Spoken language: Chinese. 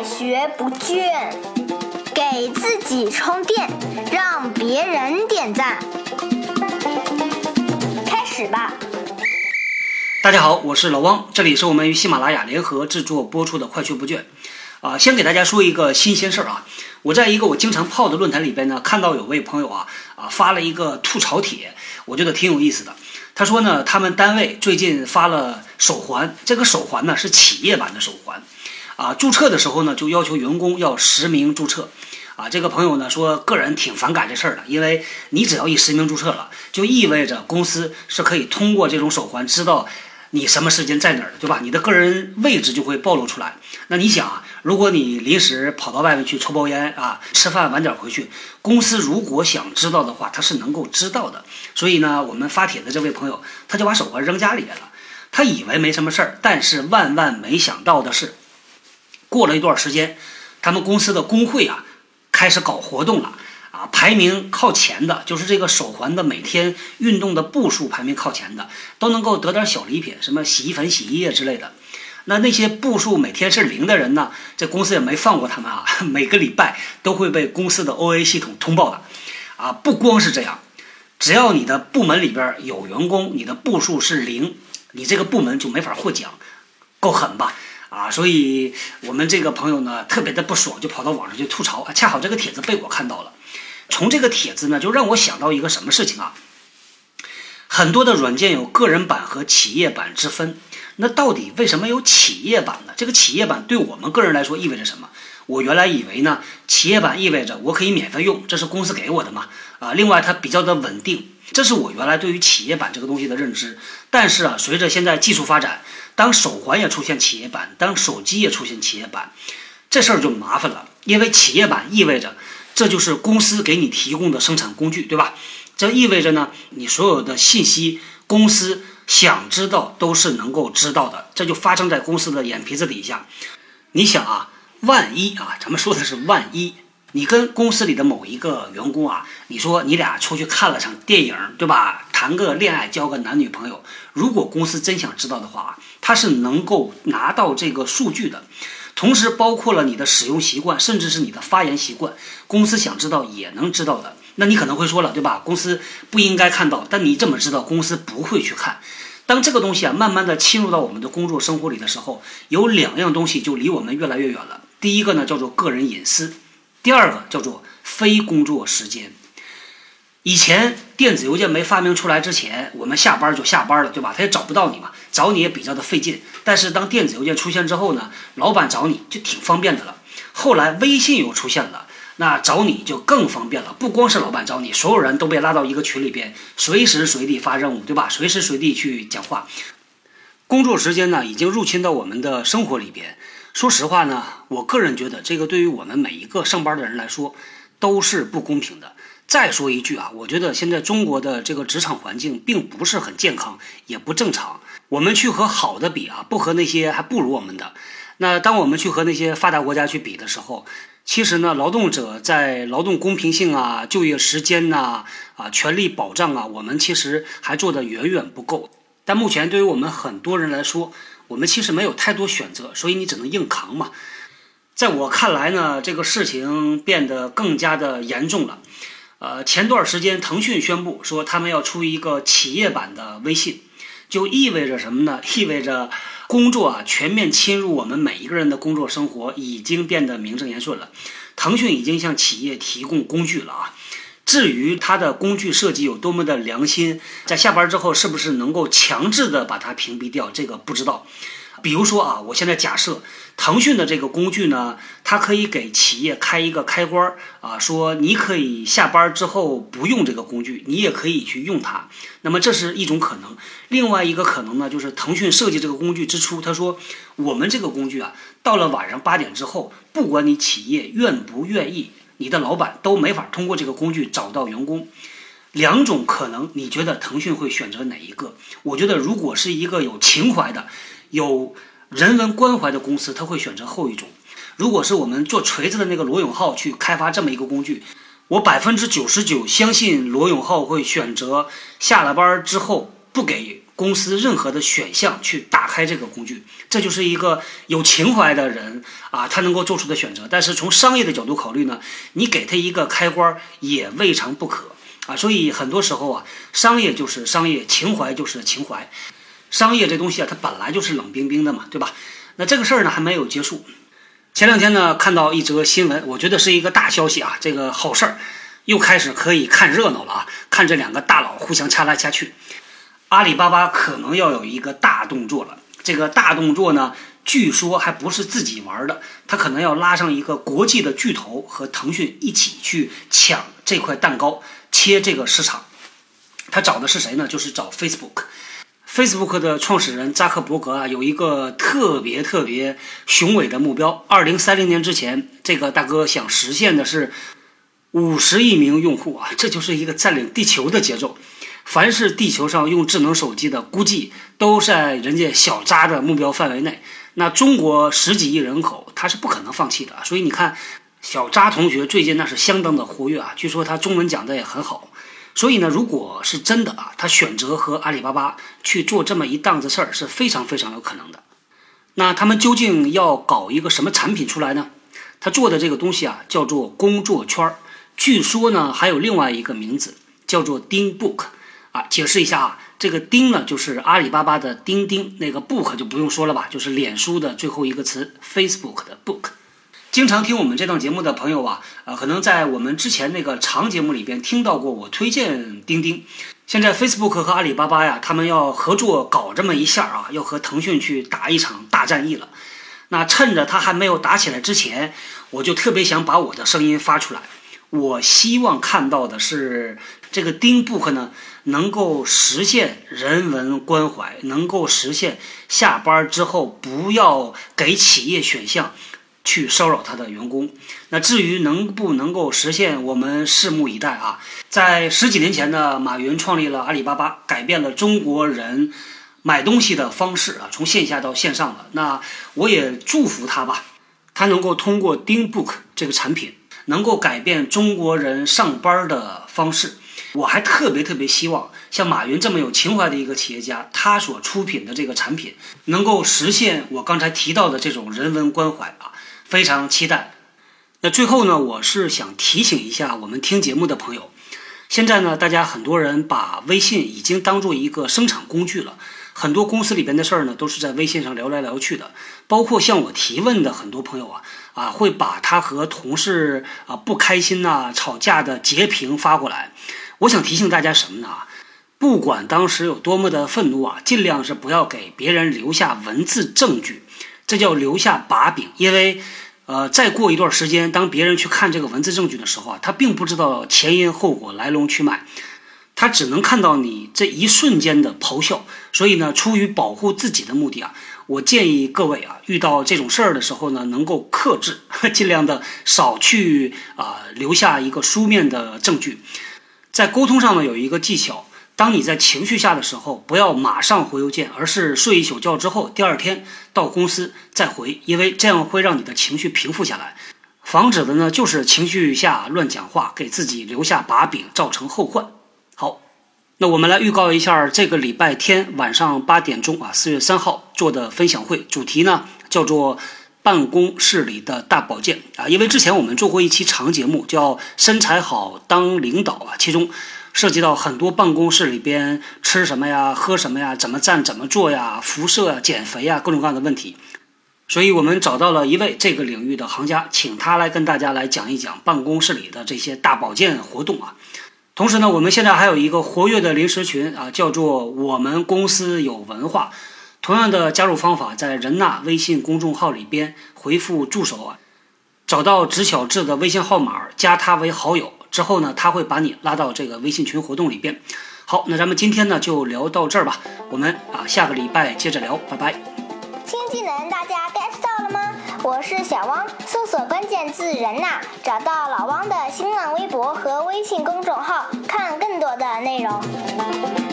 爱学不倦，给自己充电，让别人点赞。开始吧。 大家好，我是老汪，这里是我们与喜马拉雅联合制作播出的快学不倦。先给大家说一个新鲜事儿啊，我在一个我经常泡的论坛里边呢，看到有位朋友发了一个吐槽帖，我觉得挺有意思的。他说呢，他们单位最近发了手环，这个手环呢是企业版的手环，注册的时候呢就要求员工要实名注册。这个朋友呢说，个人挺反感这事儿的，因为你只要一实名注册了，就意味着公司是可以通过这种手环知道你什么时间在哪儿的，对吧？你的个人位置就会暴露出来。那你想啊，如果你临时跑到外面去抽包烟吃饭晚点回去，公司如果想知道的话，他是能够知道的。所以呢，我们发帖的这位朋友，他就把手环扔家里边了。他以为没什么事儿，但是万万没想到的是，过了一段时间，他们公司的工会开始搞活动了。排名靠前的，就是这个手环的每天运动的步数排名靠前的，都能够得点小礼品，什么洗衣粉、洗衣液之类的。那些步数每天是0的人呢，这公司也没放过他们每个礼拜都会被公司的 OA 系统通报的。不光是这样，只要你的部门里边有员工，你的步数是0，你这个部门就没法获奖，够狠吧？所以我们这个朋友呢特别的不爽，就跑到网上去吐槽。恰好这个帖子被我看到了。从这个帖子呢，就让我想到一个什么事情很多的软件有个人版和企业版之分，那到底为什么有企业版呢？这个企业版对我们个人来说意味着什么？我原来以为呢，企业版意味着我可以免费用，这是公司给我的嘛。另外它比较的稳定，这是我原来对于企业版这个东西的认知。但是随着现在技术发展，当手环也出现企业版，当手机也出现企业版，这事儿就麻烦了。因为企业版意味着这就是公司给你提供的生产工具，对吧？这意味着呢，你所有的信息公司想知道都是能够知道的，这就发生在公司的眼皮子底下。你想万一咱们说的是万一，你跟公司里的某一个员工你说你俩出去看了场电影，对吧？谈个恋爱，交个男女朋友，如果公司真想知道的话，他是能够拿到这个数据的。同时包括了你的使用习惯，甚至是你的发言习惯，公司想知道也能知道的。那你可能会说了，对吧？公司不应该看到，但你这么知道，公司不会去看。当这个东西慢慢的侵入到我们的工作生活里的时候，有2样东西就离我们越来越远了。第一个呢叫做个人隐私，第二个叫做非工作时间。以前电子邮件没发明出来之前，我们下班就下班了，对吧？他也找不到你嘛，找你也比较的费劲。但是当电子邮件出现之后呢，老板找你就挺方便的了。后来微信又出现了，那找你就更方便了。不光是老板找你，所有人都被拉到一个群里边，随时随地发任务，对吧？随时随地去讲话。工作时间呢，已经入侵到我们的生活里边。说实话呢，我个人觉得这个对于我们每一个上班的人来说都是不公平的。再说一句我觉得现在中国的这个职场环境并不是很健康，也不正常。我们去和好的比不和那些还不如我们的。那当我们去和那些发达国家去比的时候，其实呢，劳动者在劳动公平性就业时间权利保障我们其实还做得远远不够。但目前对于我们很多人来说，我们其实没有太多选择，所以你只能硬扛嘛。在我看来呢，这个事情变得更加的严重了。前段时间腾讯宣布说他们要出一个企业版的微信，就意味着什么呢？意味着工作全面侵入我们每一个人的工作生活，已经变得名正言顺了。腾讯已经向企业提供工具了至于它的工具设计有多么的良心，在下班之后是不是能够强制的把它屏蔽掉，这个不知道。比如说我现在假设腾讯的这个工具呢，它可以给企业开一个开关说你可以下班之后不用这个工具，你也可以去用它。那么这是一种可能。另外一个可能呢，就是腾讯设计这个工具之初，他说我们这个工具到了晚上8点之后，不管你企业愿不愿意，你的老板都没法通过这个工具找到员工。2种可能，你觉得腾讯会选择哪一个？我觉得如果是一个有情怀的有人文关怀的公司，他会选择后一种。如果是我们做锤子的那个罗永浩去开发这么一个工具，我99%相信罗永浩会选择下了班之后不给公司任何的选项去打开这个工具，这就是一个有情怀的人啊，他能够做出的选择。但是从商业的角度考虑呢，你给他一个开关也未尝不可啊。所以很多时候啊，商业就是商业，情怀就是情怀。商业这东西啊，它本来就是冷冰冰的嘛，对吧？那这个事儿呢还没有结束。前2天呢看到一则新闻，我觉得是一个大消息啊，这个好事儿，又开始可以看热闹了啊，看这2个大佬互相掐来掐去。阿里巴巴可能要有一个大动作了，这个大动作呢，据说还不是自己玩的，他可能要拉上一个国际的巨头和腾讯一起去抢这块蛋糕，切这个市场。他找的是谁呢？就是找 Facebook。Facebook 的创始人扎克伯格啊，有一个特别雄伟的目标，2030年之前，这个大哥想实现的是50亿名用户啊，这就是一个占领地球的节奏。凡是地球上用智能手机的，估计都在人家小扎的目标范围内。那中国10几亿人口，他是不可能放弃的。所以你看，小扎同学最近那是相当的活跃啊，据说他中文讲的也很好。所以呢，如果是真的啊，他选择和阿里巴巴去做这么一档子事儿，是非常有可能的。那他们究竟要搞一个什么产品出来呢？他做的这个东西啊，叫做工作圈，据说呢还有另外一个名字，叫做钉 book 啊。解释一下啊，这个钉呢就是阿里巴巴的钉钉，那个 book 就不用说了吧，就是脸书的最后一个词 Facebook 的 book。经常听我们这档节目的朋友啊，可能在我们之前那个长节目里边听到过我推荐钉钉。现在 Facebook 和阿里巴巴呀，他们要合作搞这么一下啊，要和腾讯去打一场大战役了。那趁着他还没有打起来之前，我就特别想把我的声音发出来。我希望看到的是这个钉 book 呢，能够实现人文关怀，能够实现下班之后不要给企业选项去骚扰他的员工。那至于能不能够实现，我们拭目以待啊。在10几年前呢，马云创立了阿里巴巴，改变了中国人买东西的方式啊，从线下到线上了。那我也祝福他吧，他能够通过钉 book 这个产品，能够改变中国人上班的方式。我还特别希望像马云这么有情怀的一个企业家，他所出品的这个产品能够实现我刚才提到的这种人文关怀啊，非常期待。那最后呢，我是想提醒一下我们听节目的朋友，现在呢，大家很多人把微信已经当做一个生产工具了，很多公司里边的事儿呢，都是在微信上聊来聊去的。包括向我提问的很多朋友啊，会把他和同事不开心吵架的截屏发过来。我想提醒大家什么呢？不管当时有多么的愤怒尽量是不要给别人留下文字证据，这叫留下把柄。因为再过一段时间，当别人去看这个文字证据的时候他并不知道前因后果、来龙去脉，他只能看到你这一瞬间的咆哮。所以呢，出于保护自己的目的我建议各位遇到这种事儿的时候呢，能够克制，尽量的少去留下一个书面的证据。在沟通上呢，有一个技巧，当你在情绪下的时候，不要马上回邮件，而是睡一宿觉之后，第2天到公司再回，因为这样会让你的情绪平复下来。防止的呢，就是情绪下乱讲话，给自己留下把柄，造成后患。好，那我们来预告一下这个礼拜天晚上8点钟4月3号做的分享会，主题呢叫做办公室里的大保健因为之前我们做过一期长节目叫身材好当领导其中涉及到很多办公室里边吃什么呀、喝什么呀、怎么站怎么坐呀、辐射减肥各种各样的问题。所以我们找到了一位这个领域的行家，请他来跟大家来讲一讲办公室里的这些大保健活动同时呢，我们现在还有一个活跃的临时群叫做我们公司有文化。同样的加入方法，在人纳微信公众号里边回复助手找到直小智的微信号码，加他为好友之后呢，他会把你拉到这个微信群活动里边。好，那咱们今天呢就聊到这儿吧，我们下个礼拜接着聊，拜拜。 新技能大家 get 到了吗？我是小汪，搜索关键字人纳，找到老汪的新浪微博和微信公众号，看更多的内容。